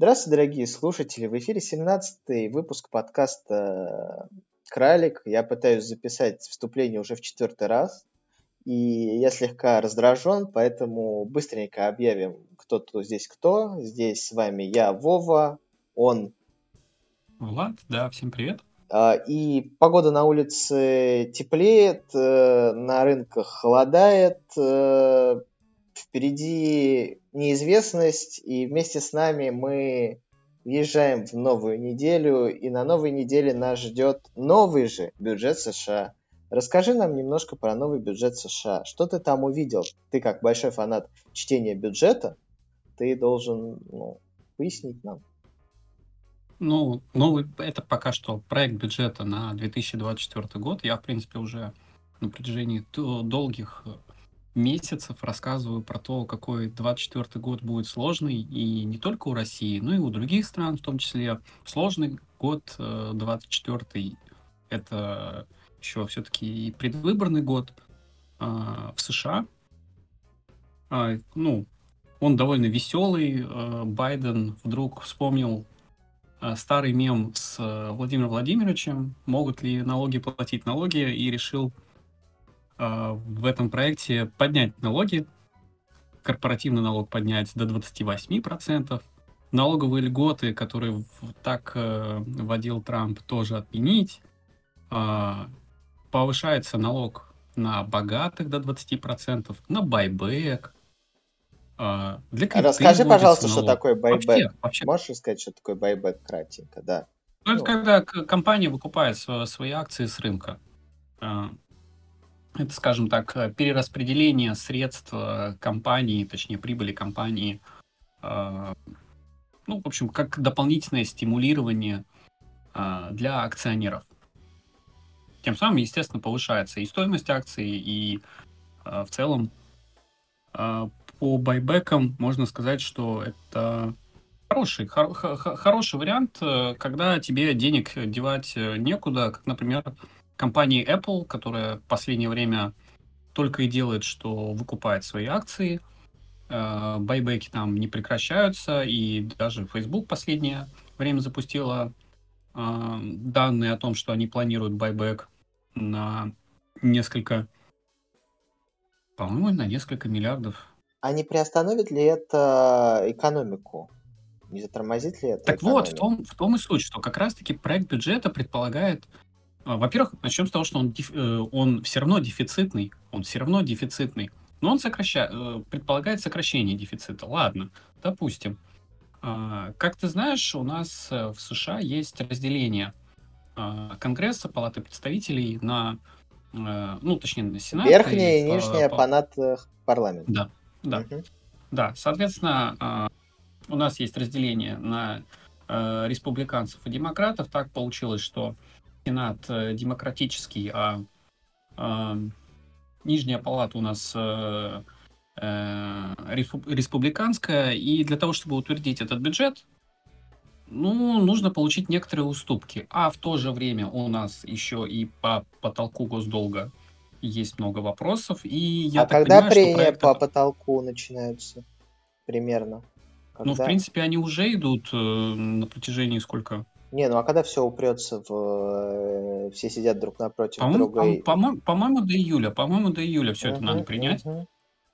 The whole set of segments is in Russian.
Здравствуйте, дорогие слушатели! В эфире 17-й выпуск подкаста «Кралик». Я пытаюсь записать вступление уже в 4-й раз, и я слегка раздражен, поэтому быстренько объявим, кто тут здесь кто. Здесь с вами я, Вова, он. Влад, да, всем привет. И погода на улице теплеет, на рынках холодает, впереди неизвестность, и вместе с нами мы въезжаем в новую неделю, и на новой неделе нас ждет новый же бюджет США. Расскажи нам немножко про новый бюджет США. Что ты там увидел? Ты, как большой фанат чтения бюджета, ты должен пояснить нам. Это пока что проект бюджета на 2024 год. Я, в принципе, уже на протяжении долгих месяцев рассказываю про то, какой 2024 год будет сложный, и не только у России, но и у других стран, в том числе. Сложный год 2024 — это еще все-таки и предвыборный год в США. Он довольно веселый. Байден вдруг вспомнил старый мем с Владимиром Владимировичем, могут ли налоги платить налоги, и решил в этом проекте поднять налоги, корпоративный налог поднять до 28%, налоговые льготы, которые так вводил Трамп, тоже отменить, повышается налог на богатых до 20%, на байбек, для крипты Расскажи, вводится пожалуйста, что налог. такое байбек. Вообще. Можешь рассказать, что такое байбек кратенько, да? Это когда компания выкупает свои акции с рынка. Это, скажем так, перераспределение средств компании, точнее, прибыли компании. В общем, как дополнительное стимулирование для акционеров. Тем самым, естественно, повышается и стоимость акций, и в целом по байбекам можно сказать, что это хороший вариант, когда тебе денег девать некуда, как, например, компания Apple, которая в последнее время только и делает, что выкупает свои акции. Байбеки там не прекращаются, и даже Facebook в последнее время запустила данные о том, что они планируют байбек на несколько миллиардов. А не приостановит ли это экономику? Не затормозит ли это Так вот, экономику? в том и суть, что как раз-таки проект бюджета предполагает, во-первых, начнем с того, что он все равно дефицитный, но он предполагает сокращение дефицита. Ладно, допустим. Как ты знаешь, у нас в США есть разделение Конгресса, Палаты представителей на, точнее, на Сенат Верхняя и нижняя палат парламента. Да. Мгм. Да, соответственно, у нас есть разделение на республиканцев и демократов. Так получилось, что Сенат демократический, а нижняя палата у нас республиканская. И для того, чтобы утвердить этот бюджет, нужно получить некоторые уступки. А в то же время у нас еще и по потолку госдолга есть много вопросов. И я так когда понимаю, что прения проект по потолку начинаются? Примерно. в Когда? принципе, они уже идут на протяжении сколько? Не, а когда все упрется все сидят друг напротив По-моему, друга и... по-моему, до июля. По-моему, до июля все это надо Мгм, принять. мгм.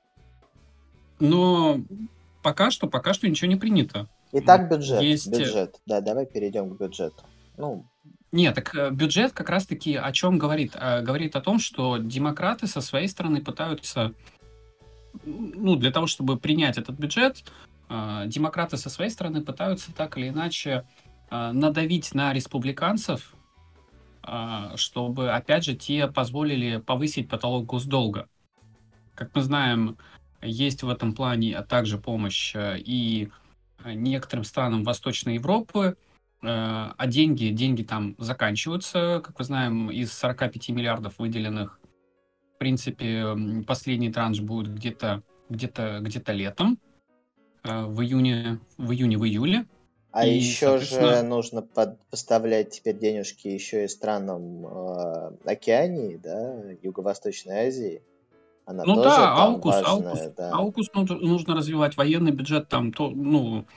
Но пока что ничего не принято. Итак, бюджет. Есть... Да, давай перейдем к бюджету. Нет, так бюджет как раз-таки о чем говорит? Говорит о том, что демократы со своей стороны пытаются, для того, чтобы принять этот бюджет, демократы со своей стороны пытаются так или иначе надавить на республиканцев, чтобы, опять же, те позволили повысить потолок госдолга. Как мы знаем, есть в этом плане также помощь и некоторым странам Восточной Европы, а деньги там заканчиваются. Как мы знаем, из 45 миллиардов выделенных, в принципе, последний транш будет где-то летом, в июне-июле. А И, еще же соответственно, нужно поставлять теперь денежки еще и странам Океании, да, Юго-Восточной Азии. Она тоже да, там важная, да. нужно развивать, военный бюджет там,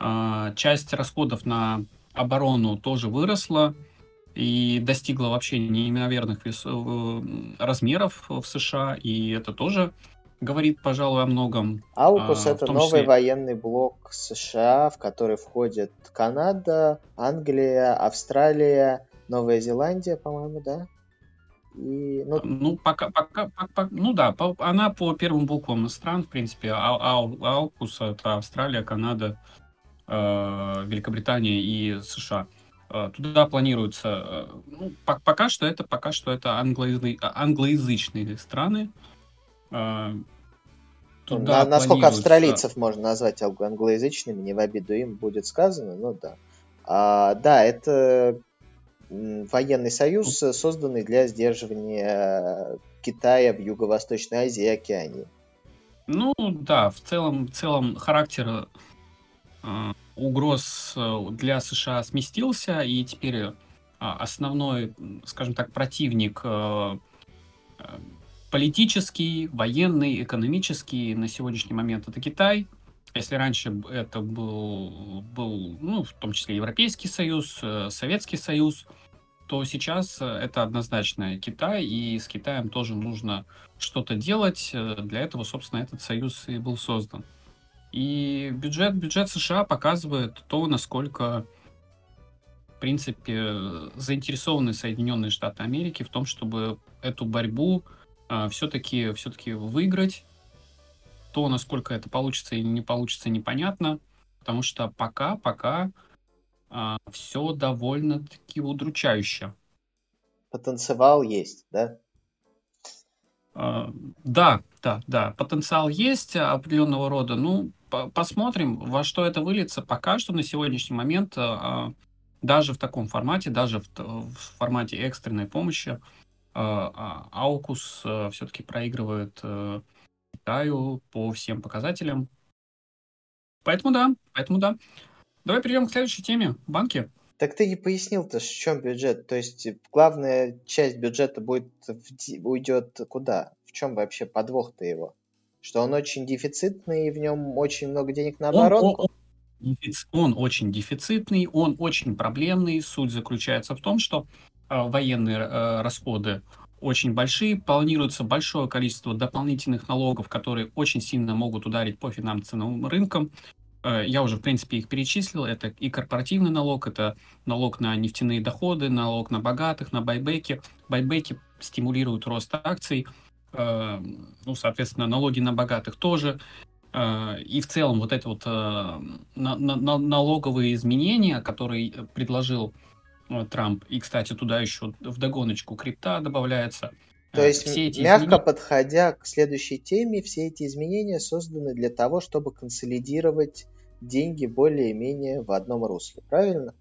Часть расходов на оборону тоже выросла и достигла вообще неимоверных размеров в США, и это тоже говорит, пожалуй, о многом, Аукус — в это том новый числе. военный блок США, в который входят Канада, Англия, Австралия, Новая Зеландия, по-моему, да? И, ну, Ну, ну да, она по первым буквам стран, в принципе, Аукус — это Австралия, Канада, Великобритания и США. Туда планируется, ну, пока что это англоязычные страны. Э, Туда насколько планируется, австралийцев можно назвать англоязычными, не в обиду им будет сказано, ну да. Да, это военный союз, созданный для сдерживания Китая в Юго-Восточной Азии и Океании. ну да, в целом характер угроз для США сместился, и теперь основной, скажем так, противник э, политический, военный, экономический на сегодняшний момент это Китай. Если раньше это был, ну, в том числе Европейский Союз, Советский Союз, то сейчас это однозначно Китай, и с Китаем тоже нужно что-то делать. Для этого, собственно, этот союз и был создан. И бюджет США показывает то, насколько, в принципе, заинтересованы Соединенные Штаты Америки в том, чтобы эту борьбу все-таки выиграть. То, насколько это получится или не получится, непонятно, потому что пока все довольно-таки удручающе. Потенциал есть, да? А, Да, потенциал есть определенного рода. Ну, посмотрим, во что это выльется. Пока что на сегодняшний момент, даже в таком формате, даже в формате экстренной помощи, Аукус все-таки проигрывает Китаю по всем показателям. Поэтому да. Давай перейдем к следующей теме. Банки. Так ты не пояснил-то, в чем бюджет. То есть главная часть бюджета уйдет куда? В чем вообще подвох-то его? Что он очень дефицитный, и в нем очень много денег на Он, он, оборонку? он очень дефицитный, он очень проблемный. Суть заключается в том, что военные расходы очень большие, планируется большое количество дополнительных налогов, которые очень сильно могут ударить по финансовым рынкам. Я уже, в принципе, их перечислил. Это и корпоративный налог, это налог на нефтяные доходы, налог на богатых, на байбеки. Байбеки стимулируют рост акций. Ну, соответственно, налоги на богатых тоже. И в целом вот эти вот налоговые изменения, которые предложил Трамп, и, кстати, туда еще вдогоночку крипта добавляется, То есть, все эти мягко изменения... подходя к следующей теме, все эти изменения созданы для того, чтобы консолидировать деньги более-менее в одном русле. Правильно?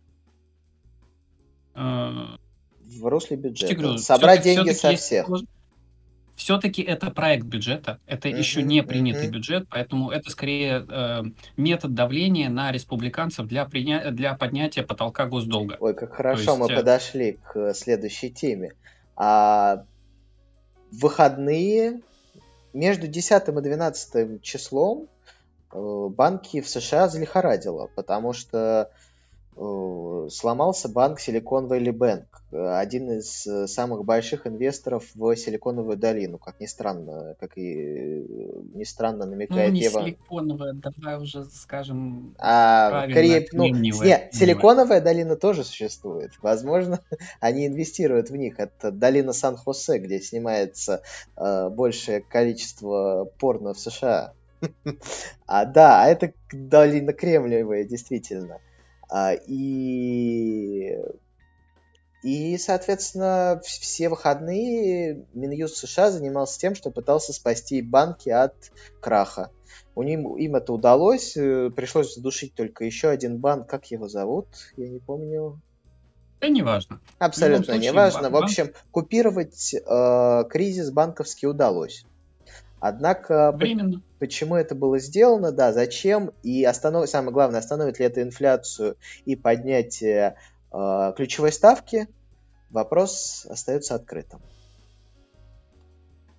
В русле Я тебе бюджета. говорю, Собрать деньги все-таки со есть всех. все-таки это проект бюджета, это еще Мгм, не принятый мгм. бюджет, поэтому это скорее метод давления на республиканцев для поднятия потолка госдолга. Ой, как То хорошо мы есть, подошли к следующей теме. А в выходные между 10 и 12 числом банки в США залихорадило, потому что сломался банк Silicon Valley Bank, один из самых больших инвесторов в Силиконовую долину, как ни странно, не странно ну, намекает не Ева. силиконовая, давай уже скажем правильно, Нет, кремниевая. Силиконовая долина тоже существует. Возможно, они инвестируют в них. Это долина Сан-Хосе, где снимается большее количество порно в США. Да, это долина Кремниевая, действительно. А, И, соответственно, все выходные Минюст США занимался тем, что пытался спасти банки от краха. Им это удалось, пришлось задушить только еще один банк, как его зовут, я не помню. Да неважно. В любом Абсолютно случае, неважно. В банк общем, купировать кризис банковский удалось. Однако, временно. почему это было сделано, да, зачем, и самое главное, остановит ли это инфляцию и поднятие ключевой ставки, вопрос остается открытым.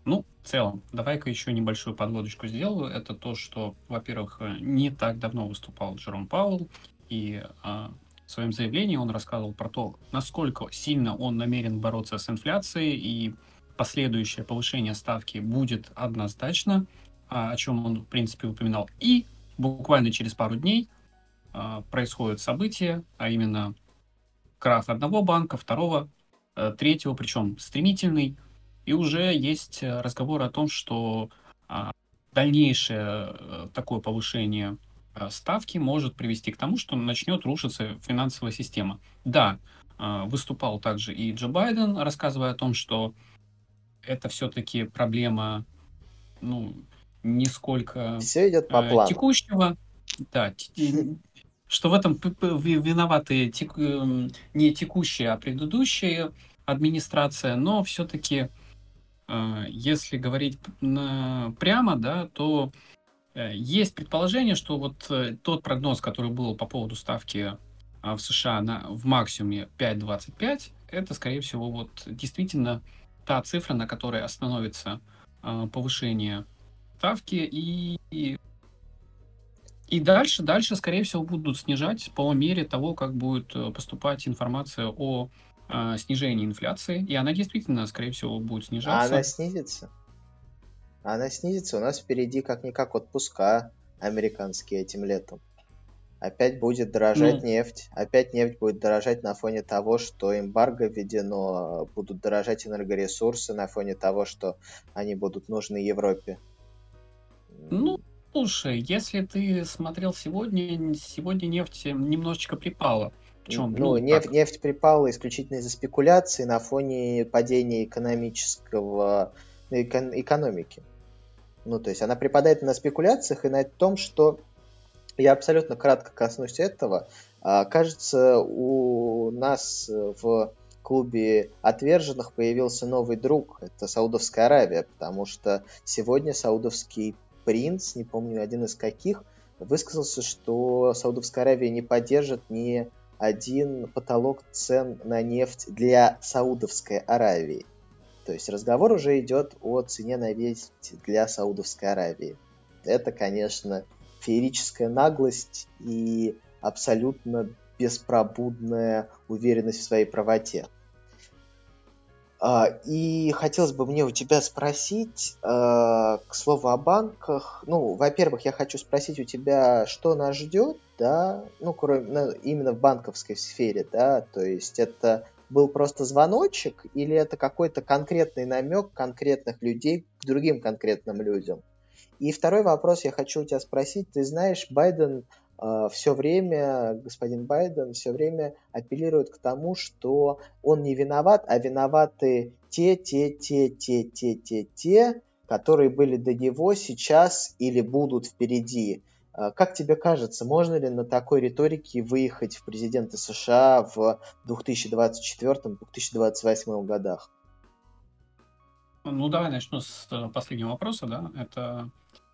Ну, в целом, давай-ка еще небольшую подводочку сделаю. Это то, что, во-первых, не так давно выступал Джером Пауэлл, и в своем заявлении он рассказывал про то, насколько сильно он намерен бороться с инфляцией, и последующее повышение ставки будет однозначно, о чем он, в принципе, упоминал. И буквально через пару дней происходят события, а именно крах одного банка, второго, третьего, причем стремительный, и уже есть разговор о том, что а, дальнейшее такое повышение ставки может привести к тому, что начнет рушиться финансовая система. Да, выступал также и Джо Байден, рассказывая о том, что это все-таки проблема, ну, не сколько Все идет по плану. текущего, да, что в этом виноваты не текущая, а предыдущая администрация, но все-таки, если говорить прямо, да, то есть предположение, что вот тот прогноз, который был по поводу ставки в США в максимуме 5,25, это, скорее всего, вот действительно та цифра, на которой остановится повышение ставки, и дальше, скорее всего, будут снижать по мере того, как будет поступать информация о снижении инфляции. И она действительно, скорее всего, будет А она снижаться. снизится. Она снизится. У нас впереди как-никак отпуска американские этим летом. Опять будет дорожать Ну, нефть. Опять нефть будет дорожать на фоне того, что эмбарго введено. Будут дорожать энергоресурсы на фоне того, что они будут нужны Европе. ну, слушай, если ты смотрел сегодня нефть немножечко припала. Причем, Ну, ну, нефть, так, нефть припала исключительно из-за спекуляций на фоне падения экономики. Ну, то есть она припадает на спекуляциях и на том, что я абсолютно кратко коснусь этого. Кажется, у нас в клубе отверженных появился новый друг. Это Саудовская Аравия, потому что сегодня саудовский принц, не помню один из каких, высказался, что Саудовская Аравия не поддержит ни один потолок цен на нефть для Саудовской Аравии. То есть разговор уже идет о цене на нефть для Саудовской Аравии. Это, конечно, феерическая наглость и абсолютно беспробудная уверенность в своей правоте. И хотелось бы мне у тебя спросить, к слову о банках, ну, во-первых, я хочу спросить у тебя, что нас ждет, да, ну, именно в банковской сфере, да, то есть это был просто звоночек или это какой-то конкретный намек конкретных людей к другим конкретным людям? И второй вопрос я хочу у тебя спросить. Ты знаешь, господин Байден все время апеллирует к тому, что он не виноват, а виноваты те, которые были до него сейчас или будут впереди. Как тебе кажется, можно ли на такой риторике выехать в президенты США в 2024-2028 годах? ну, давай начну с последнего вопроса, да. Это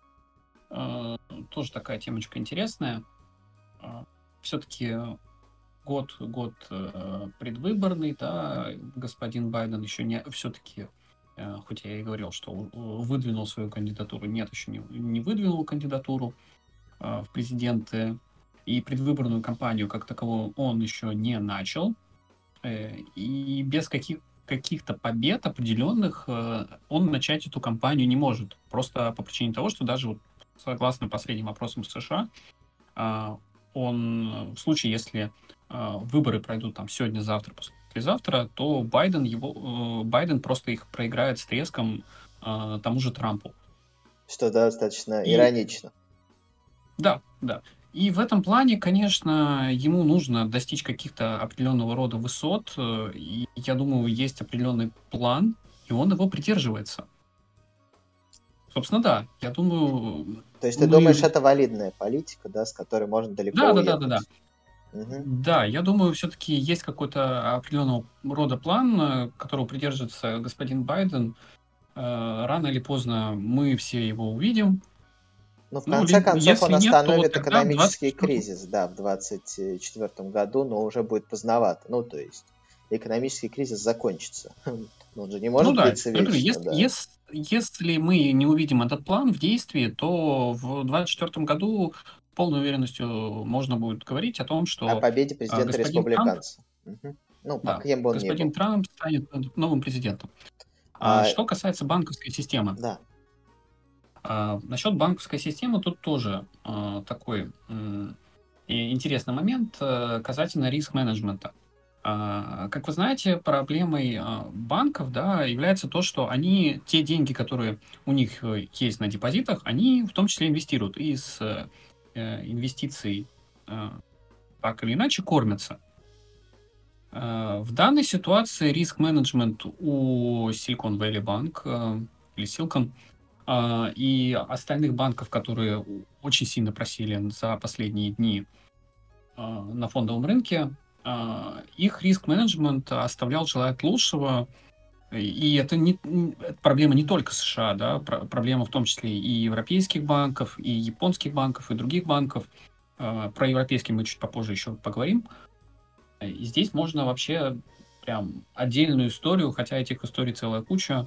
тоже такая темочка интересная. Все-таки год предвыборный, да, господин Байден еще не, все-таки, хоть я и говорил, что выдвинул свою кандидатуру, нет, еще не выдвинул кандидатуру в президенты, и предвыборную кампанию как таковую он еще не начал, и без каких-то побед определенных он начать эту кампанию не может, просто по причине того, что даже вот согласно последним опросам США, он в случае, если выборы пройдут там сегодня, завтра, послезавтра, то Байден просто их проиграет с треском тому же Трампу. Что достаточно И иронично. да, да. И в этом плане, конечно, ему нужно достичь каких-то определенного рода высот, и я думаю, есть определенный план, и он его придерживается. Собственно, да, я думаю, То есть ты думаешь, мы... это валидная политика, да, с которой можно далеко Да, да, да, да, да. уехать? Мгм. Да, я думаю, все-таки есть какой-то определенного рода план, которого придерживается господин Байден. Рано или поздно мы все его увидим. Ну, в Ну, конце концов, он если нет, то остановит тогда в экономический 24-м. кризис, да, в 2024 году, но уже будет поздновато. Ну, то есть экономический кризис закончится. Он же не Ну может да, длиться я говорю, вечно, да. если мы не увидим этот план в действии, то в 2024 году с полной уверенностью можно будет говорить о том, О что победе президента господин Трамп, республиканца. Мгм. Ну, по да, кем бы он ни господин был. Трамп станет новым президентом. А, Что касается банковской системы, да. насчет банковской системы тут тоже такой интересный момент касательно риск-менеджмента. Как вы знаете, проблемой банков, да, является то, что они те деньги, которые у них есть на депозитах, они в том числе инвестируют и с инвестиций э, так или иначе кормятся. В данной ситуации риск-менеджмент у Silicon Valley Bank или Silicon и остальных банков, которые очень сильно просели за последние дни на фондовом рынке, их риск-менеджмент оставлял желать лучшего. И это проблема не только США, да, проблема в том числе и европейских банков, и японских банков, и других банков. Про европейские мы чуть попозже еще поговорим. И здесь можно вообще прям отдельную историю, хотя этих историй целая куча,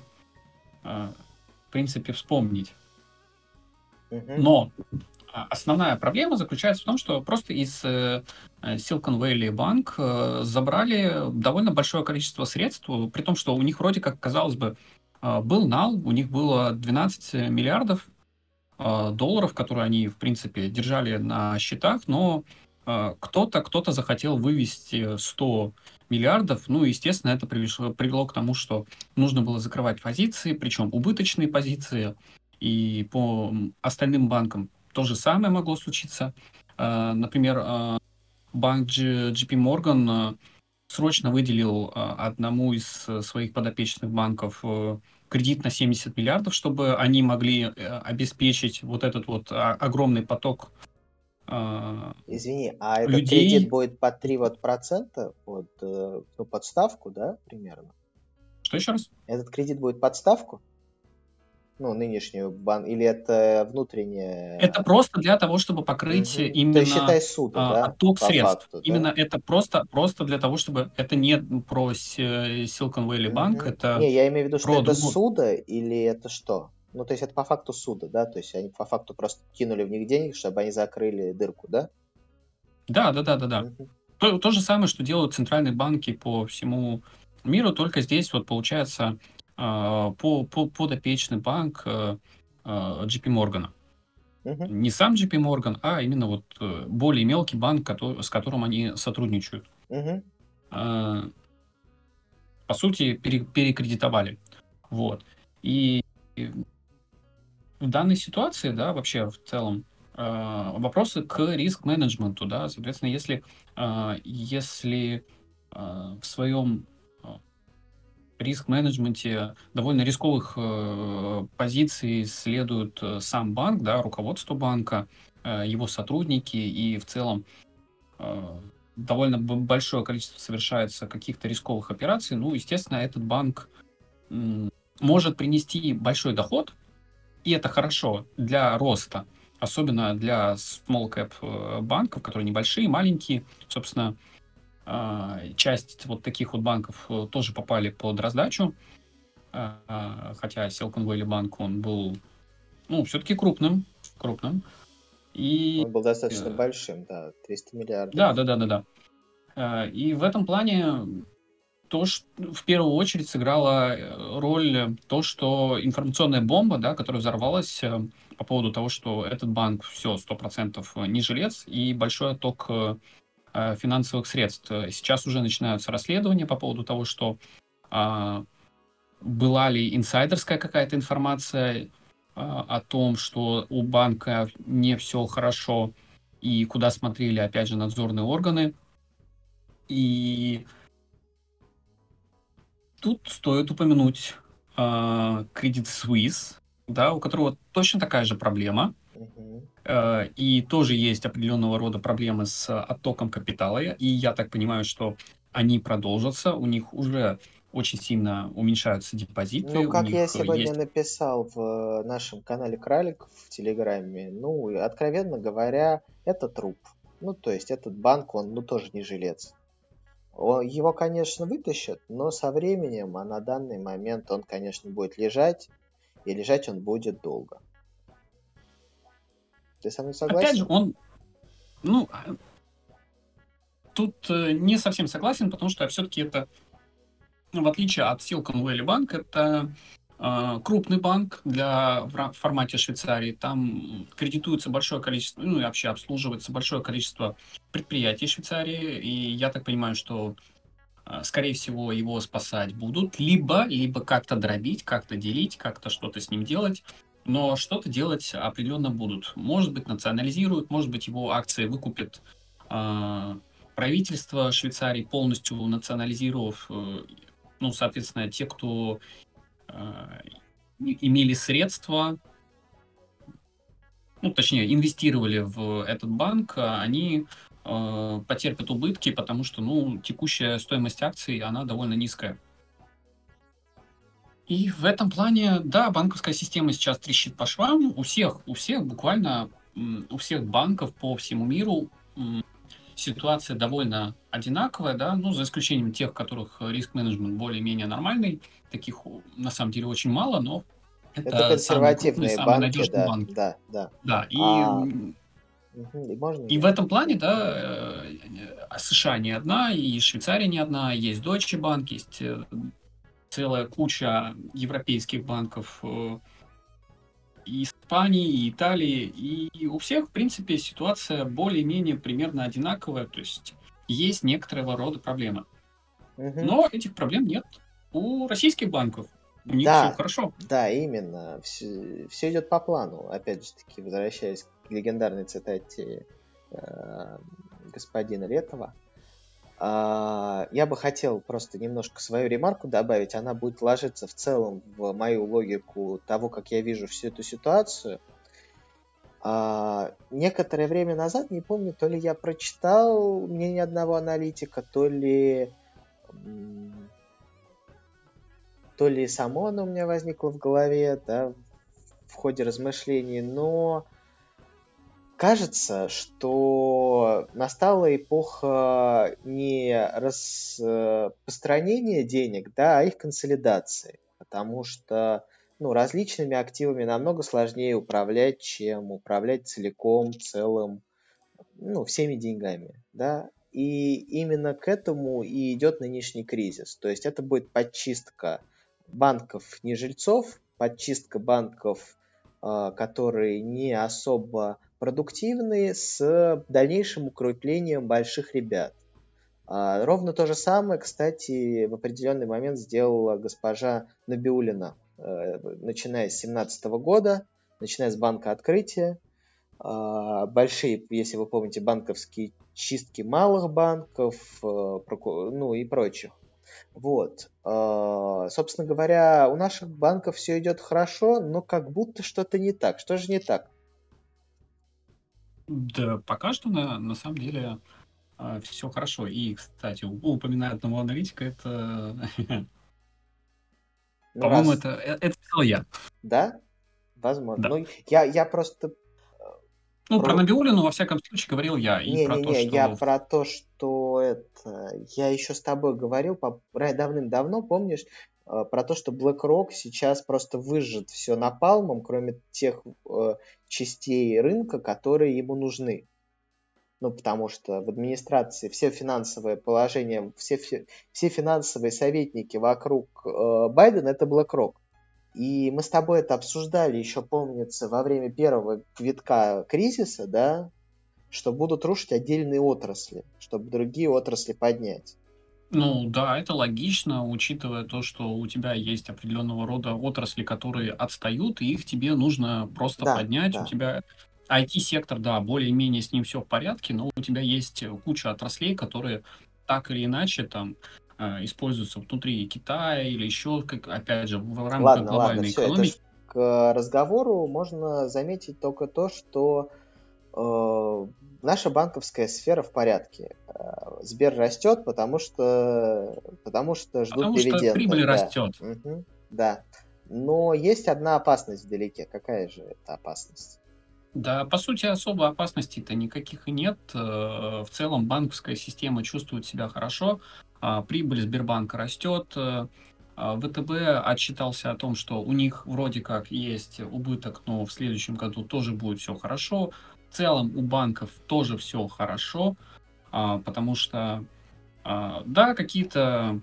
в принципе, вспомнить. Мгм. Но основная проблема заключается в том, что просто из Silicon Valley Bank забрали довольно большое количество средств, при том, что у них вроде как, казалось бы, был нал, у них было 12 миллиардов долларов, которые они, в принципе, держали на счетах, но кто-то захотел вывести 100 миллиардов, ну, естественно, это привело к тому, что нужно было закрывать позиции, причем убыточные позиции, и по остальным банкам то же самое могло случиться. Например, банк JP Morgan срочно выделил одному из своих подопечных банков кредит на 70 миллиардов, чтобы они могли обеспечить вот этот вот огромный поток Извини, а этот кредит людей. будет под 3 вот процента под, ну, под ставку, да, примерно? Что еще раз? Этот кредит будет под ставку? Ну, нынешнюю бан... Или это Это внутренняя... просто для того, чтобы покрыть Мгм. То есть считай именно суда, да, отток по средств. факту, Именно да? это просто для того, чтобы это не про Silicon Valley Bank, Мгм. это Не, я имею в виду, что про это другую. суда или это что? Ну, то есть это по факту суда, да? То есть они по факту просто кинули в них денег, чтобы они закрыли дырку, да? Да, да, да, да, да. Мгм. То же самое, что делают центральные банки по всему миру, только здесь вот получается подопечный банк JP Morgan. Мгм. Не сам JP Morgan, а именно вот более мелкий банк, с которым они сотрудничают. Мгм. Э, По сути, перекредитовали. Вот. И в данной ситуации, да, вообще в целом, вопросы к риск-менеджменту, да, соответственно, если в своем риск-менеджменте довольно рисковых позиций следует сам банк, да, руководство банка, его сотрудники и в целом э, довольно большое количество совершается каких-то рисковых операций, ну, естественно, этот банк м, может принести большой доход, и это хорошо для роста, особенно для small cap банков, которые небольшие, маленькие. Собственно, часть вот таких вот банков тоже попали под раздачу, хотя Silicon Valley Bank, он был, ну, все-таки крупным. И Он был достаточно э, большим, да, 300 миллиардов. да, да, да, да, да. И в этом плане то, что в первую очередь сыграла роль то, что информационная бомба, да, которая взорвалась по поводу того, что этот банк все 100% не жилец и большой отток финансовых средств. Сейчас уже начинаются расследования по поводу того, что а, была ли инсайдерская какая-то информация о том, что у банка не все хорошо и куда смотрели, опять же, надзорные органы. И тут стоит упомянуть Credit Suisse, да, у которого точно такая же проблема. Мгм. И тоже есть определенного рода проблемы с оттоком капитала. И я так понимаю, что они продолжатся. У них уже очень сильно уменьшаются Ну, депозиты, у как я них сегодня есть... написал в нашем канале Кралик в Телеграме, ну, и, откровенно говоря, это труп. Ну, то есть этот банк, он, ну, тоже не жилец. Его, конечно, вытащат, но со временем, а на данный момент он, конечно, будет лежать. и лежать он будет долго. Ты со мной Опять же, согласен? ну, тут не совсем согласен, потому что все-таки это, в отличие от Silicon Valley Bank, это крупный банк в формате Швейцарии. Там кредитуется большое количество, ну и вообще обслуживается большое количество предприятий Швейцарии. И я так понимаю, что, скорее всего, его спасать будут. Либо как-то дробить, как-то делить, как-то что-то с ним делать. Но что-то делать определенно будут. Может быть, национализируют, может быть, его акции выкупит а, правительство Швейцарии, полностью национализировав, ну, соответственно, те, кто а, имели средства, ну, точнее, инвестировали в этот банк, они потерпят убытки, потому что, ну, текущая стоимость акций, она довольно низкая. И в этом плане, да, банковская система сейчас трещит по швам. У всех буквально, у всех банков по всему миру ситуация довольно одинаковая, да, ну, за исключением тех, у которых риск-менеджмент более-менее нормальный. Таких на самом деле очень мало, но Это это самые крупные, консервативные самые банки, надежные да, банки. да, да. Да, А, и можно и в я? этом плане, да, США не одна, и Швейцария не одна, есть Deutsche Bank, есть целая куча европейских банков, и Испании, и Италии, и у всех, в принципе, ситуация более-менее примерно одинаковая, то есть есть некоторого рода проблемы. Мгм. Но этих проблем нет у российских банков. У них все Да, хорошо. да, именно. Все идет по плану. Опять же таки, возвращаясь к легендарной цитате э, господина Летова. Я бы хотел просто немножко свою ремарку добавить. Она будет ложиться в целом в мою логику того, как я вижу всю эту ситуацию. Некоторое время назад, не помню, то ли я прочитал мнение одного аналитика, то ли само оно у меня возникло в голове, да, в ходе размышлений, но кажется, что настала эпоха не распространения денег, да, а их консолидации. Потому что, ну, различными активами намного сложнее управлять, чем управлять целиком, целым, ну, всеми деньгами, да. И именно к этому и идет нынешний кризис. То есть это будет подчистка банков не жильцов, подчистка банков, которые не особо продуктивные, с дальнейшим укреплением больших ребят. Ровно то же самое, кстати, в определенный момент сделала госпожа Набиуллина, начиная с 2017 года, начиная с банка открытия. Большие, если вы помните, банковские чистки малых банков, ну и прочих. Вот. Собственно говоря, у наших банков все идет хорошо, но как будто что-то не так. Что же не так? Да, пока что на самом деле все хорошо. И, кстати, упоминаю одного аналитика, это, Ну, по-моему, раз, это писал я. да, возможно. Да. Ну, я просто Ну, про про... Набиуллину, во всяком случае, говорил я. И про то, Не-не-не, я что... про то, что это... Я еще с тобой говорил давным-давно, помнишь, про то, что BlackRock сейчас просто выжжет все напалмом, кроме тех частей рынка, которые ему нужны. Ну, потому что в администрации все финансовое положение, все финансовые советники вокруг Байдена — это BlackRock. И мы с тобой это обсуждали еще, помнится, во время первого витка кризиса, да, что будут рушить отдельные отрасли, чтобы другие отрасли поднять. Ну да, это логично, учитывая то, что у тебя есть определенного рода отрасли, которые отстают, и их тебе нужно просто Да, поднять. У да. тебя IT-сектор, да, более-менее с ним все в порядке, но у тебя есть куча отраслей, которые так или иначе там используются внутри Китая или еще, как, опять же, в рамках Ладно, глобальной все, это ж экономики. к разговору можно заметить только то, что наша банковская сфера в порядке. Сбер растет, потому что ждут Потому что дивиденды, прибыль да. растет. Мгм, да. Но есть одна опасность вдалеке. Какая же это опасность? Да, по сути, особо опасностей-то никаких и нет. В целом банковская система чувствует себя хорошо, прибыль Сбербанка растет, ВТБ отчитался о том, что у них вроде как есть убыток, но в следующем году тоже будет все хорошо. В целом у банков тоже все хорошо, потому что, да, какие-то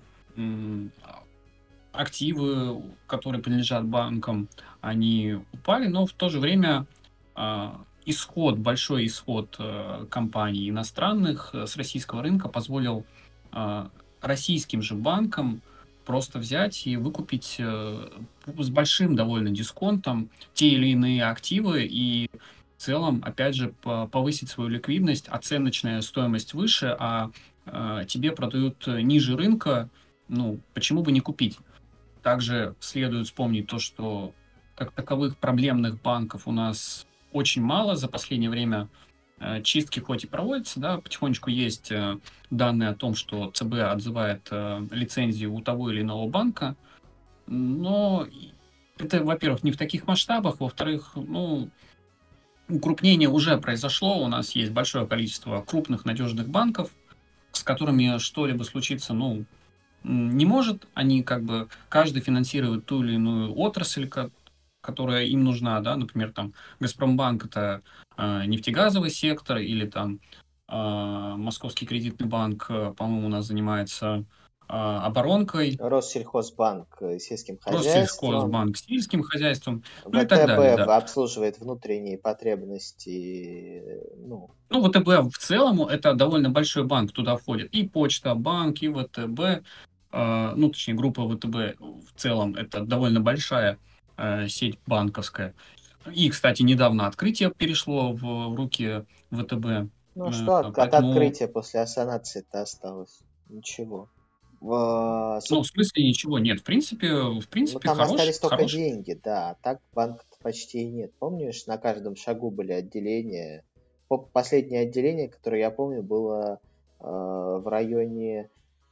активы, которые принадлежат банкам, они упали, но в то же время большой исход компаний иностранных с российского рынка позволил российским же банкам просто взять и выкупить с большим довольно дисконтом те или иные активы и в целом, опять же, повысить свою ликвидность, оценочная стоимость выше, тебе продают ниже рынка, ну, почему бы не купить? Также следует вспомнить то, что как таковых проблемных банков у нас очень мало. За последнее время чистки хоть и проводятся, да, потихонечку есть данные о том, что ЦБ отзывает лицензию у того или иного банка, но это, во-первых, не в таких масштабах, во-вторых, ну, укрупнение уже произошло, у нас есть большое количество крупных надежных банков, с которыми что-либо случится, ну, не может. Они как бы каждый финансирует ту или иную отрасль, которая им нужна, да, например, там Газпромбанк это нефтегазовый сектор или там Московский кредитный банк, по-моему, у нас занимается оборонкой, Россельхозбанк сельским хозяйством, Россельхозбанк сельским хозяйством, ну и так далее, ВТБ да. обслуживает внутренние потребности, ну, Ну, ВТБ в целом это довольно большой банк, туда входит и Почта Банк, и ВТБ, ну, точнее, группа ВТБ в целом это довольно большая сеть банковская. И, кстати, недавно открытие перешло в руки ВТБ, ну а что от поэтому, открытия после ассонации-то осталось? Ничего. ну, в смысле ничего нет. В Ну, принципе, там остались только хороший. деньги, да, а так банка почти и нет. Помнишь, на каждом шагу были отделения? Последнее отделение, которое я помню, было в районе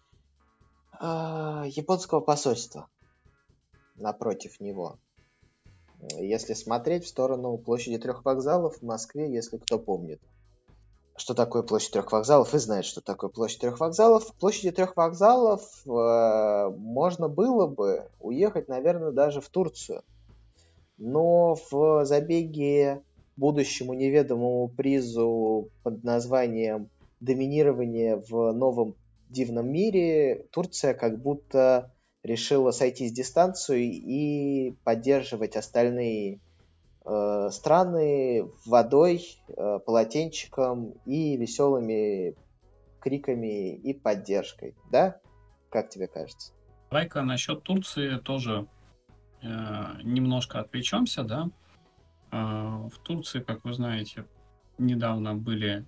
японского посольства, напротив него. Если смотреть в сторону площади трех вокзалов в Москве, если кто помнит, что такое площадь трех вокзалов и знает, что такое площадь трех вокзалов. В площади трех вокзалов можно было бы уехать, наверное, даже в Турцию. Но в забеге будущему неведомому призу под названием «Доминирование в новом дивном мире» Турция как будто решила сойти с дистанцию и поддерживать остальные страны водой, полотенчиком и веселыми криками и поддержкой. Да? Как тебе кажется? Давай-ка насчет Турции тоже немножко отвлечемся, да. В Турции, как вы знаете, недавно были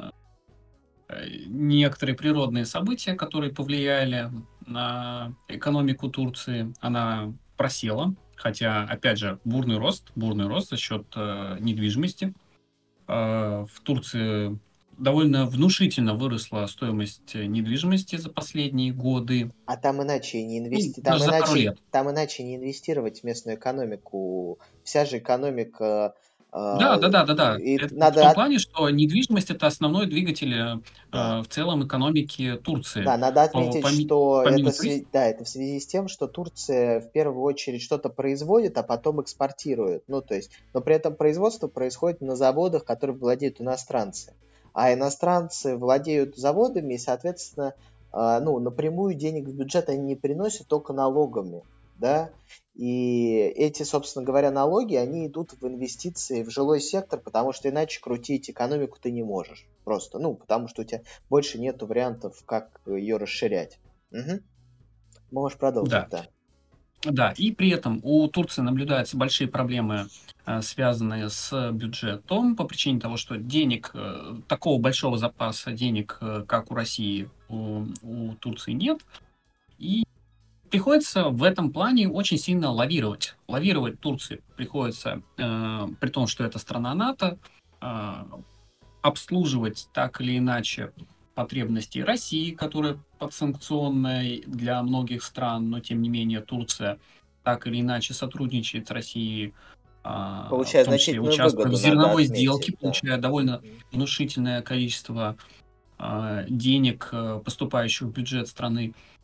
некоторые природные события, которые повлияли на экономику Турции. Она просела, хотя, опять же, бурный рост за счет недвижимости. В Турции довольно внушительно выросла стоимость недвижимости за последние годы, А там иначе ну, даже за пару лет. там иначе не инвестировать в местную экономику. Вся же экономика Да, да, да, да, да. и Это в надо том плане, что недвижимость это основной двигатель да. в целом экономики Да, Турции. надо отметить, что Помимо туристики, да, это в связи с тем, что Турция в первую очередь что-то производит, а потом экспортирует. Ну, то есть, но при этом производство происходит на заводах, которые владеют иностранцы. А иностранцы владеют заводами, и, соответственно, ну, напрямую денег в бюджет они не приносят, только налогами, да. И эти, собственно говоря, налоги, они идут в инвестиции в жилой сектор, потому что иначе крутить экономику ты не можешь. Просто, ну, потому что у тебя больше нету вариантов, как ее расширять. Угу. Можешь продолжить, да. да. Да, и при этом у Турции наблюдаются большие проблемы, связанные с бюджетом, по причине того, что денег, такого большого запаса денег, как у России, у Турции нет. И приходится в этом плане очень сильно лавировать. Лавировать Турции приходится, при том, что это страна НАТО, э, обслуживать так или иначе потребности России, которая подсанкционная для многих стран, но тем не менее Турция так или иначе сотрудничает с Россией, в Получая том числе значительную участвуя в выгоду, надо зерновой отметить, сделке, да. получая довольно Мгм. внушительное количество денег, поступающих в бюджет страны.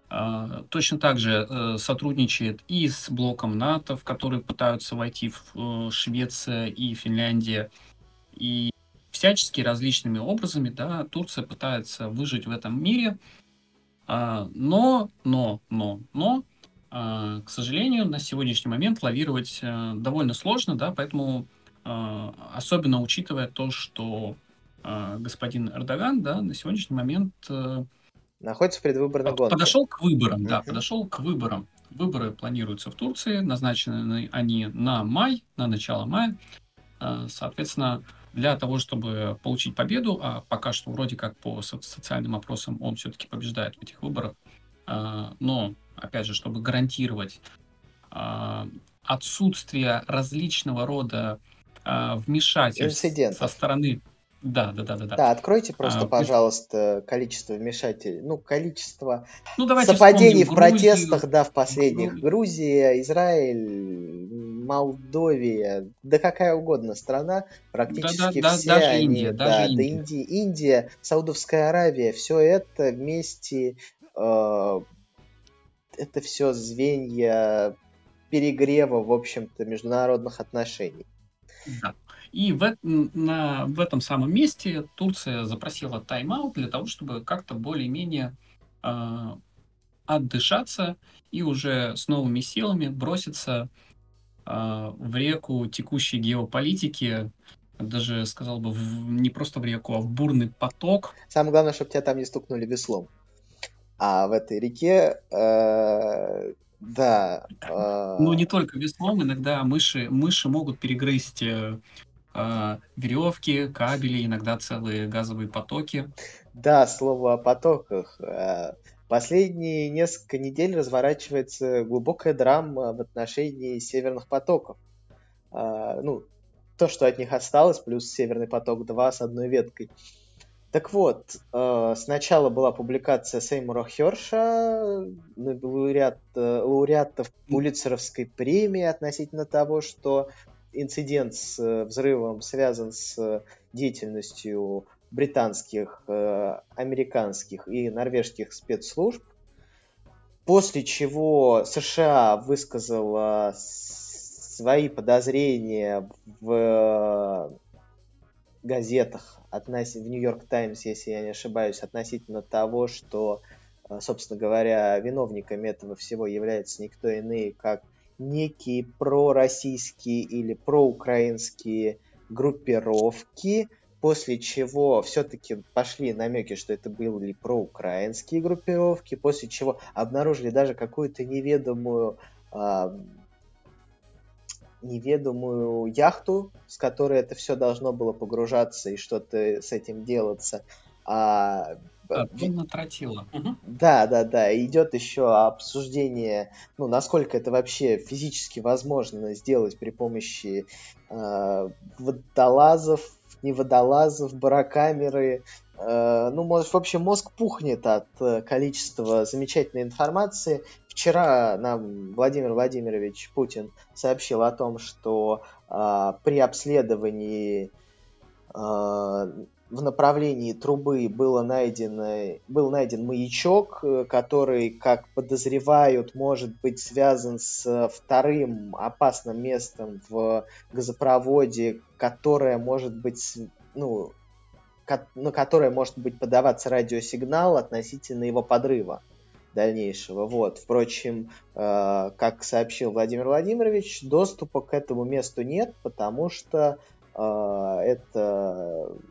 Точно так же сотрудничает и с блоком НАТО, в который пытаются войти Швеция и Финляндия. И всячески различными образами, да, Турция пытается выжить в этом мире, к сожалению, на сегодняшний момент лавировать довольно сложно, да, поэтому особенно учитывая то, что господин Эрдоган, да, на сегодняшний момент Находится в предвыборной гонке. подошел к выборам, да, Мгм. подошел к выборам. Выборы планируются в Турции, назначены они на май, на начало мая. Соответственно, для того, чтобы получить победу, а пока что вроде как по социальным опросам он все-таки побеждает в этих выборах, но, опять же, чтобы гарантировать а, отсутствие различного рода вмешательств со Инцидентов. стороны... Да, да, да, да, да. Да, откройте просто, Пусть... пожалуйста, количество вмешательств, ну, количество Ну, давайте совпадений вспомним в Грузию. протестах, да, в последних. Гру- Грузия, Израиль, Молдовия, да какая угодно страна, Да, да, практически да, все даже они, Индия, даже да, до Индия. Индии, Индия, Саудовская Аравия, все это вместе, э, это все звенья перегрева, в общем-то, международных отношений. Да. И в этом самом месте Турция запросила тайм-аут для того, чтобы как-то более-менее а, отдышаться и уже с новыми силами броситься в реку текущей геополитики, даже сказал бы, не просто в реку, а в бурный поток. Самое главное, чтобы тебя там не стукнули веслом. А в этой реке, да, Ну, не только веслом, иногда мыши могут перегрызть веревки, кабели, иногда целые газовые потоки. да, слово о потоках. Последние несколько недель разворачивается глубокая драма в отношении северных потоков. Ну, то, что от них осталось, плюс Северный поток-2 с одной веткой. Так вот, сначала была публикация Сеймура Херша, лауреатов Пулитцеровской премии относительно того, что инцидент с взрывом связан с деятельностью британских, американских и норвежских спецслужб, после чего США высказала свои подозрения в газетах, в Нью-Йорк Таймс, если я не ошибаюсь, относительно того, что, собственно говоря, виновниками этого всего являются никто иные, как некие пророссийские или проукраинские группировки, после чего все-таки пошли намеки, что это были проукраинские группировки, после чего обнаружили даже какую-то неведомую яхту, с которой это все должно было погружаться и что-то с этим делаться. А, Тонна тротила. да, да, да, идет еще обсуждение, ну, насколько это вообще физически возможно сделать при помощи водолазов, не водолазов, барокамеры. Ну, может, в общем, мозг пухнет от количества замечательной информации. Вчера нам Владимир Владимирович Путин сообщил о том, что при обследовании в направлении трубы был найден маячок, который, как подозревают, может быть связан с вторым опасным местом в газопроводе, которое может быть, ну, на которое может быть подаваться радиосигнал относительно его подрыва дальнейшего. Вот. Впрочем, как сообщил Владимир Владимирович, доступа к этому месту нет, потому что это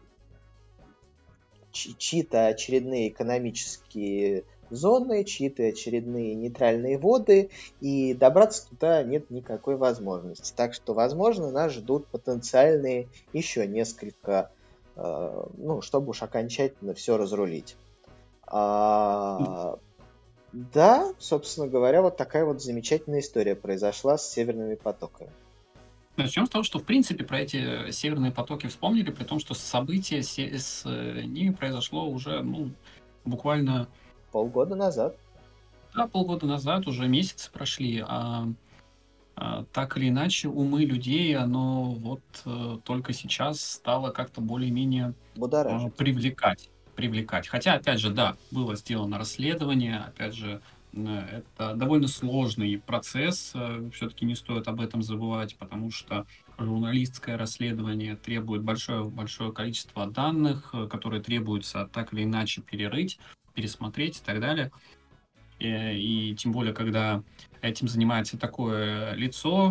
чьи-то очередные экономические зоны, чьи-то очередные нейтральные воды, и добраться туда нет никакой возможности. Так что, возможно, нас ждут потенциальные еще несколько, ну, чтобы уж окончательно все разрулить. Да, собственно говоря, вот такая вот замечательная история произошла с северными потоками. Начнем с того, что, в принципе, про эти северные потоки вспомнили, при том, что событие с ними произошло уже, ну, буквально Полгода назад. да, полгода назад, уже месяцы прошли, так или иначе умы людей, оно вот только сейчас стало как-то более-менее Будоражит. привлекать. Хотя, опять же, да, было сделано расследование, опять же, Это довольно сложный процесс, все-таки не стоит об этом забывать, потому что журналистское расследование требует большое количество данных, которые требуется так или иначе перерыть, пересмотреть и так далее. И тем более, когда этим занимается такое лицо,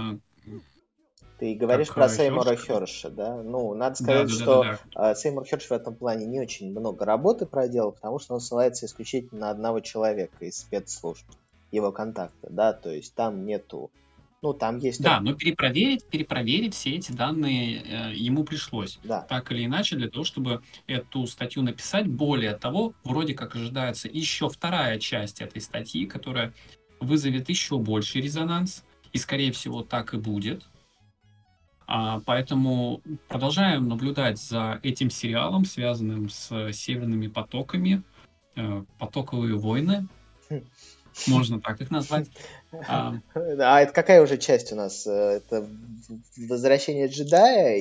Ты говоришь как про Херш. Сеймура Херша, да? Ну, надо Да, сказать, да, да, да, что да. Сеймур Херш в этом плане не очень много работы проделал, потому что он ссылается исключительно на одного человека из спецслужб, его контакта, да, то есть там нету... Ну, там есть Да, только... но перепроверить все эти данные ему пришлось. Да, Так или иначе, для того, чтобы эту статью написать. Более того, вроде как ожидается еще вторая часть этой статьи, которая вызовет еще больший резонанс. И, скорее всего, так и будет. Поэтому продолжаем наблюдать за этим сериалом, связанным с северными потоками. Потоковые войны, можно так их назвать. А, А это какая уже часть у нас? Это Возвращение джедая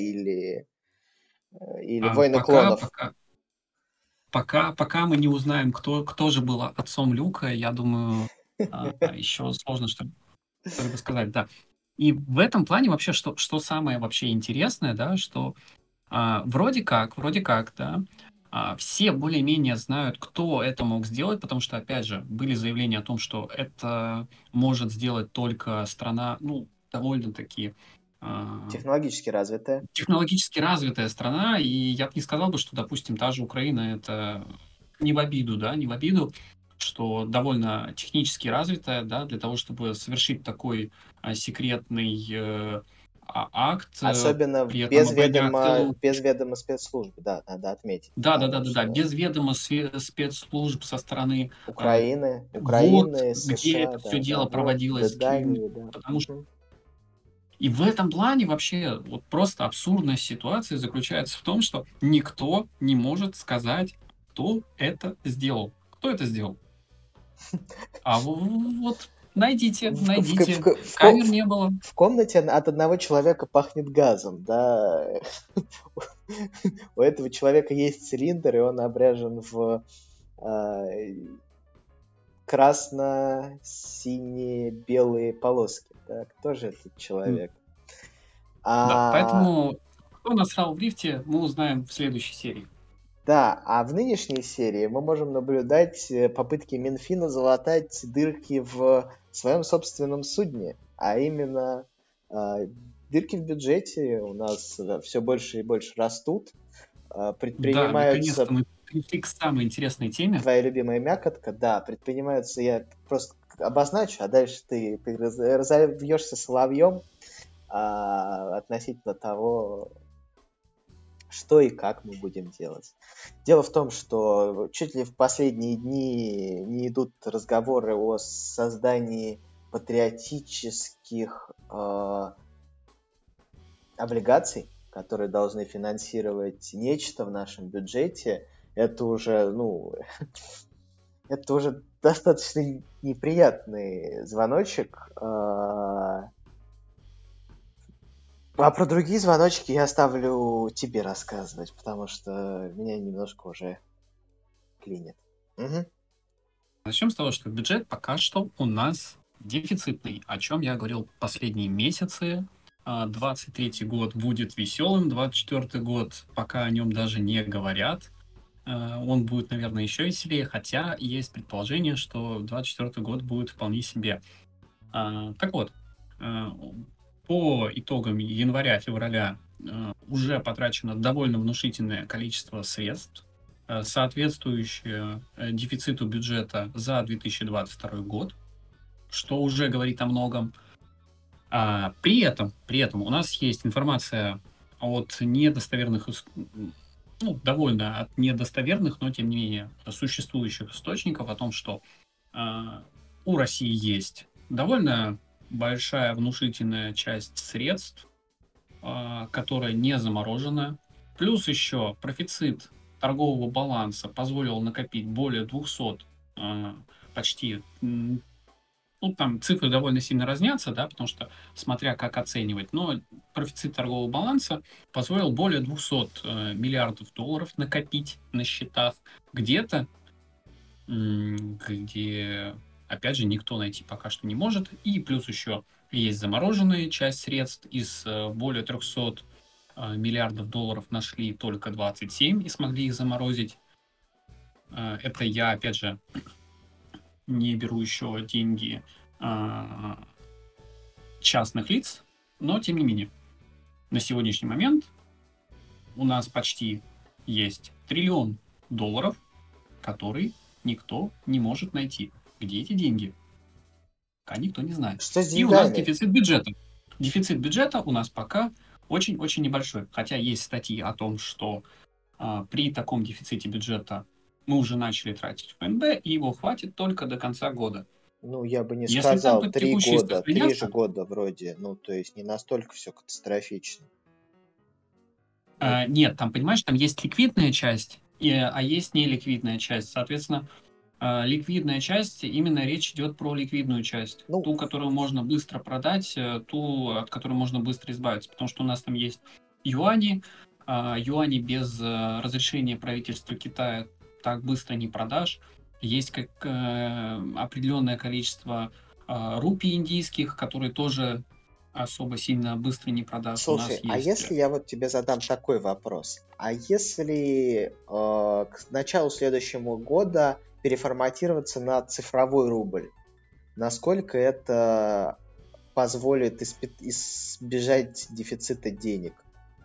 или Войны пока, клонов? пока мы не узнаем, кто же был отцом Люка, я думаю, еще сложно что-либо сказать, да. И в этом плане вообще, что самое вообще интересное, да, что вроде как, да, все более-менее знают, кто это мог сделать, потому что, опять же, были заявления о том, что это может сделать только страна, ну, довольно-таки а, Технологически развитая. технологически развитая страна, и я бы не сказал бы, что, допустим, та же Украина это не в обиду, да, не в обиду, что довольно технически развитая, да, для того, чтобы совершить такой секретный акт, Особенно при этом обойдя целую... без ведома спецслужб, да, надо отметить, Да, да, да, потому да, да, что без ведома спецслужб со стороны вот Украины, где США, это все да, да, дело вот, проводилось, Дании, да. потому что и в этом плане вообще вот просто абсурдная ситуация заключается в том, что никто не может сказать, кто это сделал. Кто это сделал? Вот найдите, В, в, в, найдите. в, ко- Камер не было. в комнате от одного человека пахнет газом, да. У этого человека есть цилиндр, и он обряжен в а, красно-синие-белые полоски. Да, кто же этот М, человек? Да, А, поэтому кто насрал в лифте, мы узнаем в следующей серии. да, а в нынешней серии мы можем наблюдать попытки Минфина залатать дырки в своем собственном судне, а именно дырки в бюджете у нас все больше и больше растут, Да, предпринимаются, наконец-то мы пришли к самой интересной теме. твоя любимая мякотка, да, предпринимаются, я просто обозначу, а дальше ты разовьешься соловьем относительно того, что и как мы будем делать. Дело в том, что чуть ли в последние дни не идут разговоры о создании патриотических облигаций, которые должны финансировать нечто в нашем бюджете. Это уже, ну, это уже достаточно неприятный звоночек. А про другие звоночки я оставлю тебе рассказывать, потому что меня немножко уже клинит. Мгм. Начнем с того, что бюджет пока что у нас дефицитный, о чем я говорил последние месяцы. 23-й год будет веселым, 24-й год пока о нем даже не говорят. Он будет, наверное, еще веселее, хотя есть предположение, что 24-й год будет вполне себе. Так вот, а, по итогам января-февраля уже потрачено довольно внушительное количество средств, соответствующее дефициту бюджета за 2022 год, что уже говорит о многом. При этом у нас есть информация от недостоверных, ну, довольно от недостоверных, но тем не менее существующих источников о том, что у России есть довольно большая внушительная часть средств, которая не заморожена. Плюс еще профицит торгового баланса позволил накопить более 200 почти, ну, там цифры довольно сильно разнятся, да, потому что смотря как оценивать, но профицит торгового баланса позволил более 200 миллиардов долларов накопить на счетах. Где-то, где опять же, никто найти пока что не может. И плюс еще есть замороженная часть средств. Из более 300 миллиардов долларов нашли только 27 и смогли их заморозить. Это я, опять же, не беру еще деньги частных лиц, но тем не менее. На сегодняшний момент у нас почти есть триллион долларов, который никто не может найти. Где эти деньги? Пока никто не знает. Что с И у нас деньгами? дефицит бюджета. Дефицит бюджета у нас пока очень-очень небольшой. Хотя есть статьи о том, что при таком дефиците бюджета мы уже начали тратить ФНБ, и его хватит только до конца года. Ну, я бы не Если сказал, темпы 3 текущие года, 3 же сохранятся, года вроде, ну, то есть не настолько все катастрофично. Ну, нет, там, понимаешь, там есть ликвидная часть, а есть неликвидная часть. Соответственно, ликвидная часть, именно речь идет про ликвидную часть. ну, Ту, которую можно быстро продать, ту, от которой можно быстро избавиться. Потому что у нас там есть юани. Юани без разрешения правительства Китая так быстро не продашь. Есть как определенное количество рупий индийских, которые тоже особо сильно быстро не продашь. У нас слушай, а есть... если я вот тебе задам такой вопрос? А если к началу следующего года переформатироваться на цифровой рубль, насколько это позволит избежать дефицита денег?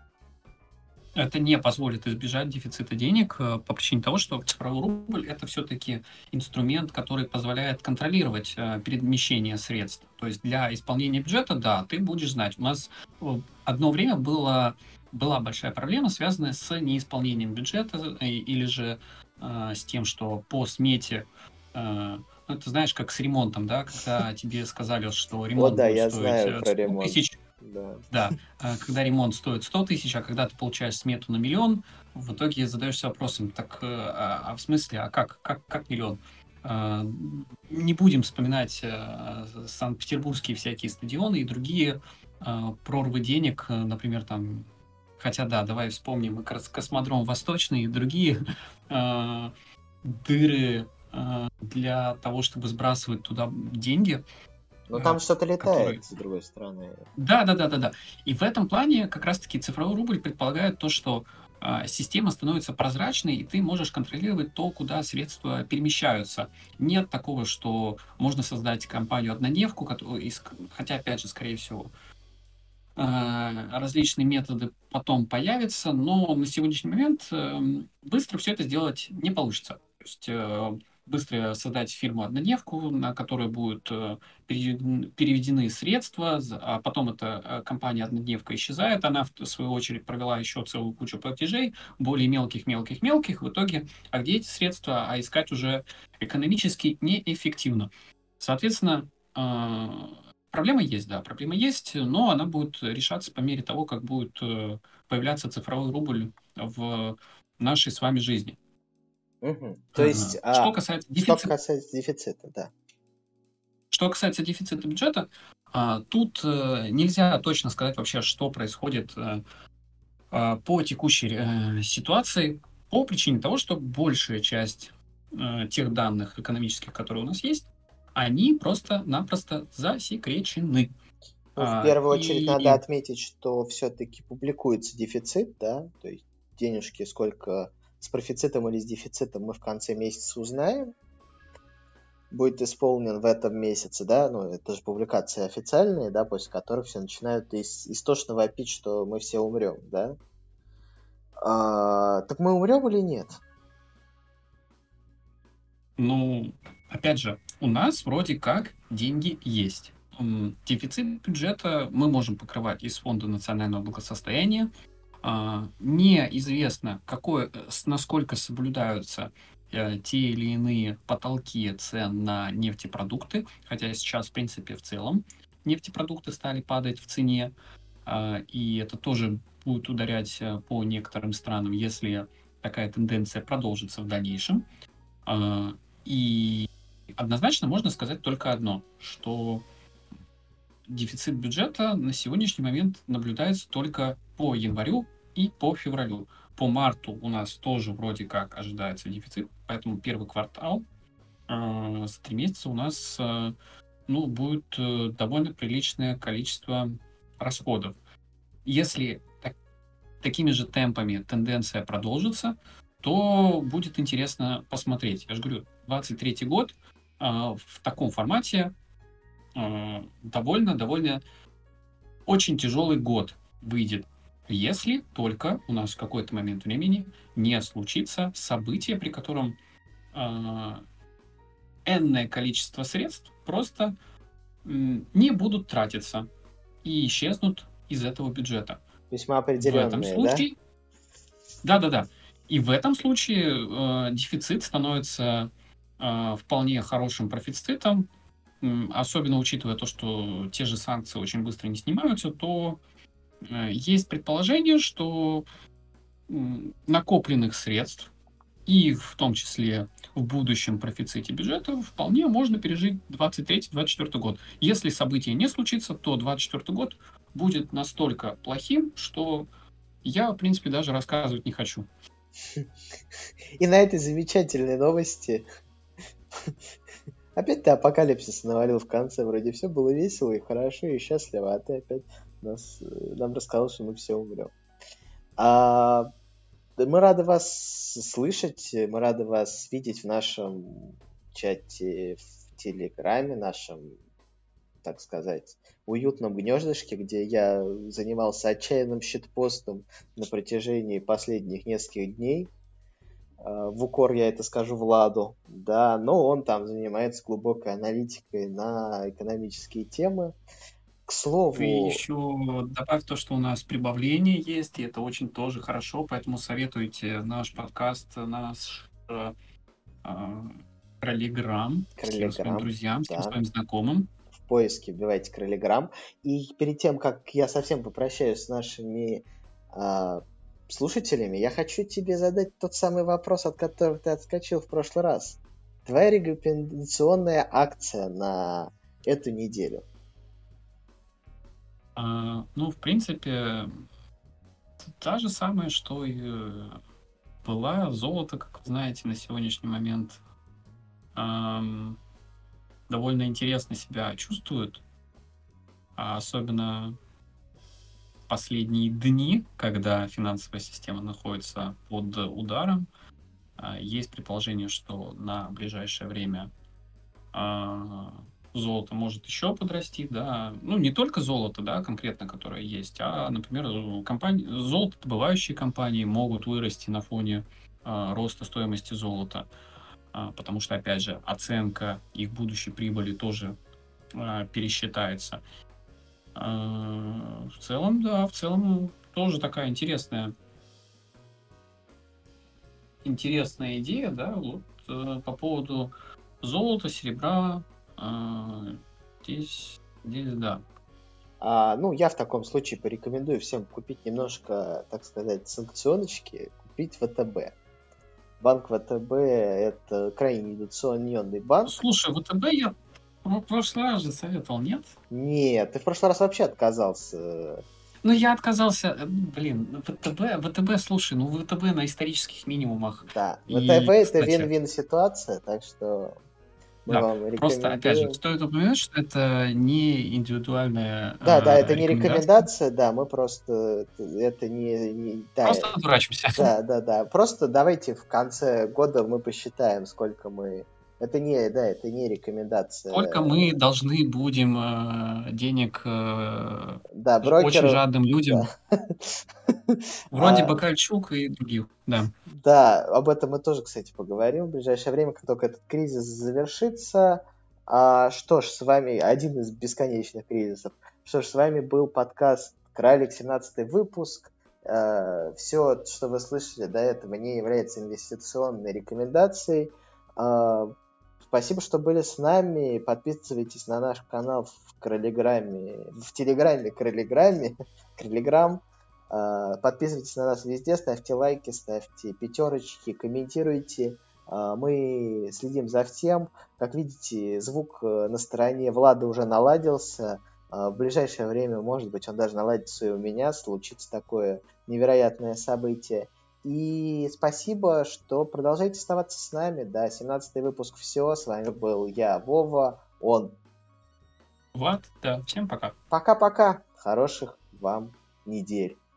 Это не позволит избежать дефицита денег по причине того, что цифровой рубль – это все-таки инструмент, который позволяет контролировать перемещение средств. То есть для исполнения бюджета, да, ты будешь знать. У нас одно время была большая проблема, связанная с неисполнением бюджета или же с тем, что по смете, ну, ты знаешь, как с ремонтом, да, когда тебе сказали, что О, ремонт да, будет я стоить знаю про 100 ремонт. тысяч, Да. да, когда ремонт стоит 100 тысяч, а когда ты получаешь смету на миллион, в итоге задаешься вопросом, так, в смысле, а как миллион? А, Не будем вспоминать санкт-петербургские всякие стадионы и другие прорвы денег, например, там, хотя да, давай вспомним космодром Восточный и другие а, дыры для того, чтобы сбрасывать туда деньги, Но там что-то которые... летает, с другой стороны. Да. И в этом плане как раз-таки цифровой рубль предполагает то, что система становится прозрачной, и ты можешь контролировать то, куда средства перемещаются. Нет такого, что можно создать компанию-однодневку, хотя, опять же, скорее всего, различные методы потом появятся, но на сегодняшний момент быстро все это сделать не получится. То есть быстро создать фирму-однодневку, на которую будут переведены средства, а потом эта компания-однодневка исчезает, она в свою очередь провела еще целую кучу платежей, более мелких, в итоге, а где эти средства, а искать уже экономически неэффективно. Соответственно, проблема есть, да, проблема есть, но она будет решаться по мере того, как будет появляться цифровой рубль в нашей с вами жизни. Мгм. То есть, Что касается что дефицита, касается дефицита, да. бюджета, тут нельзя точно сказать вообще, что происходит по текущей ситуации, по причине того, что большая часть тех данных экономических, которые у нас есть, они просто-напросто засекречены. Ну, в первую очередь надо И отметить, что все-таки публикуется дефицит, да, то есть денежки сколько с профицитом или с дефицитом мы в конце месяца узнаем, будет исполнен в этом месяце, да, ну, это же публикации официальные, да, после которых все начинают истошно вопить, что мы все умрем, да. Так мы умрем или нет? Ну, опять же, у нас вроде как деньги есть. Дефицит бюджета мы можем покрывать из Фонда национального благосостояния. Неизвестно, насколько соблюдаются те или иные потолки цен на нефтепродукты, хотя сейчас, в принципе, в целом нефтепродукты стали падать в цене, и это тоже будет ударять по некоторым странам, если такая тенденция продолжится в дальнейшем. А, И однозначно можно сказать только одно, что дефицит бюджета на сегодняшний момент наблюдается только по январю и по февралю. По марту у нас тоже вроде как ожидается дефицит, поэтому первый квартал с 3 месяца у нас будет довольно приличное количество расходов. Если такими же темпами тенденция продолжится, то будет интересно посмотреть. Я же говорю, 23 год в таком формате довольно очень тяжелый год выйдет, если только у нас в какой-то момент времени не случится событие, при котором энное количество средств просто не будут тратиться и исчезнут из этого бюджета. Весьма В этом определенные, да? случае, да. И в этом случае дефицит становится вполне хорошим профицитом, особенно учитывая то, что те же санкции очень быстро не снимаются, то есть предположение, что накопленных средств и в том числе в будущем профиците бюджета вполне можно пережить 23-24 год. Если событие не случится, то 24 год будет настолько плохим, что я, в принципе, даже рассказывать не хочу. И на этой замечательной новости опять ты апокалипсис навалил в конце. Вроде все было весело и хорошо и счастливо, а ты опять нам рассказал, что мы все умрем. Мы рады вас слышать, мы рады вас видеть в нашем чате в Телеграме, нашем, так сказать, уютном гнездышке, где я занимался отчаянным щитпостом на протяжении последних нескольких дней. В укор я это скажу Владу, да, но он там занимается глубокой аналитикой на экономические темы. К Ты слову, еще добавь то, что у нас прибавление есть, и это очень тоже хорошо, поэтому советуйте наш подкаст, наш Кролиграм всем своим Кролеграм, друзьям, всем да, своим знакомым. в поиске вбивайте Кролеграм. И перед тем, как я совсем попрощаюсь с нашими слушателями, я хочу тебе задать тот самый вопрос, от которого ты отскочил в прошлый раз. Твоя рекомендационная акция на эту неделю. В принципе, та же самая, что и была. Золото, как вы знаете, на сегодняшний момент довольно интересно себя чувствует, особенно в последние дни, когда финансовая система находится под ударом. Есть предположение, что на ближайшее время золото может еще подрасти, да, не только золото, да, конкретно, которое есть, а, например, золотодобывающие компании могут вырасти на фоне роста стоимости золота, потому что, опять же, оценка их будущей прибыли тоже пересчитается. В целом тоже такая интересная идея, да, вот по поводу золота, серебра, здесь, да. Я в таком случае порекомендую всем купить немножко, так сказать, санкционочки, купить ВТБ. Банк ВТБ – это крайне недооцененный банк. Слушай, ВТБ я в прошлый раз же советовал, нет? Нет, ты в прошлый раз вообще отказался. Я отказался, ВТБ, слушай, ВТБ на исторических минимумах. Да, И, ВТБ – это кстати, вин-вин ситуация, так что мы да, вам просто, опять же, рекомендуем. стоит упомянуть, что это не индивидуальная Да, это не рекомендация. рекомендация, да, мы просто, это не Просто дурачимся. да, просто давайте в конце года мы посчитаем, сколько мы, это не рекомендация. Сколько мы должны будем денег Да, очень брокеру, жадным людям, да. вроде Бакальчук и других, да. Да, об этом мы тоже, кстати, поговорим в ближайшее время, как только этот кризис завершится. Что ж, с вами один из бесконечных кризисов. Что ж, с вами был подкаст Кралик, 17-й выпуск. Все, что вы слышали до этого, не является инвестиционной рекомендацией. Спасибо, что были с нами. Подписывайтесь на наш канал в Телеграме, Кролиграм. Подписывайтесь на нас везде, ставьте лайки, ставьте пятерочки, комментируйте. Мы следим за всем. Как видите, звук на стороне Влада уже наладился. В ближайшее время, может быть, он даже наладится и у меня. Случится такое невероятное событие. И спасибо, что продолжаете оставаться с нами. Да, 17-й выпуск все. С вами был я, Вова, он. Влад, да, всем пока. Пока-пока. Хороших вам недель.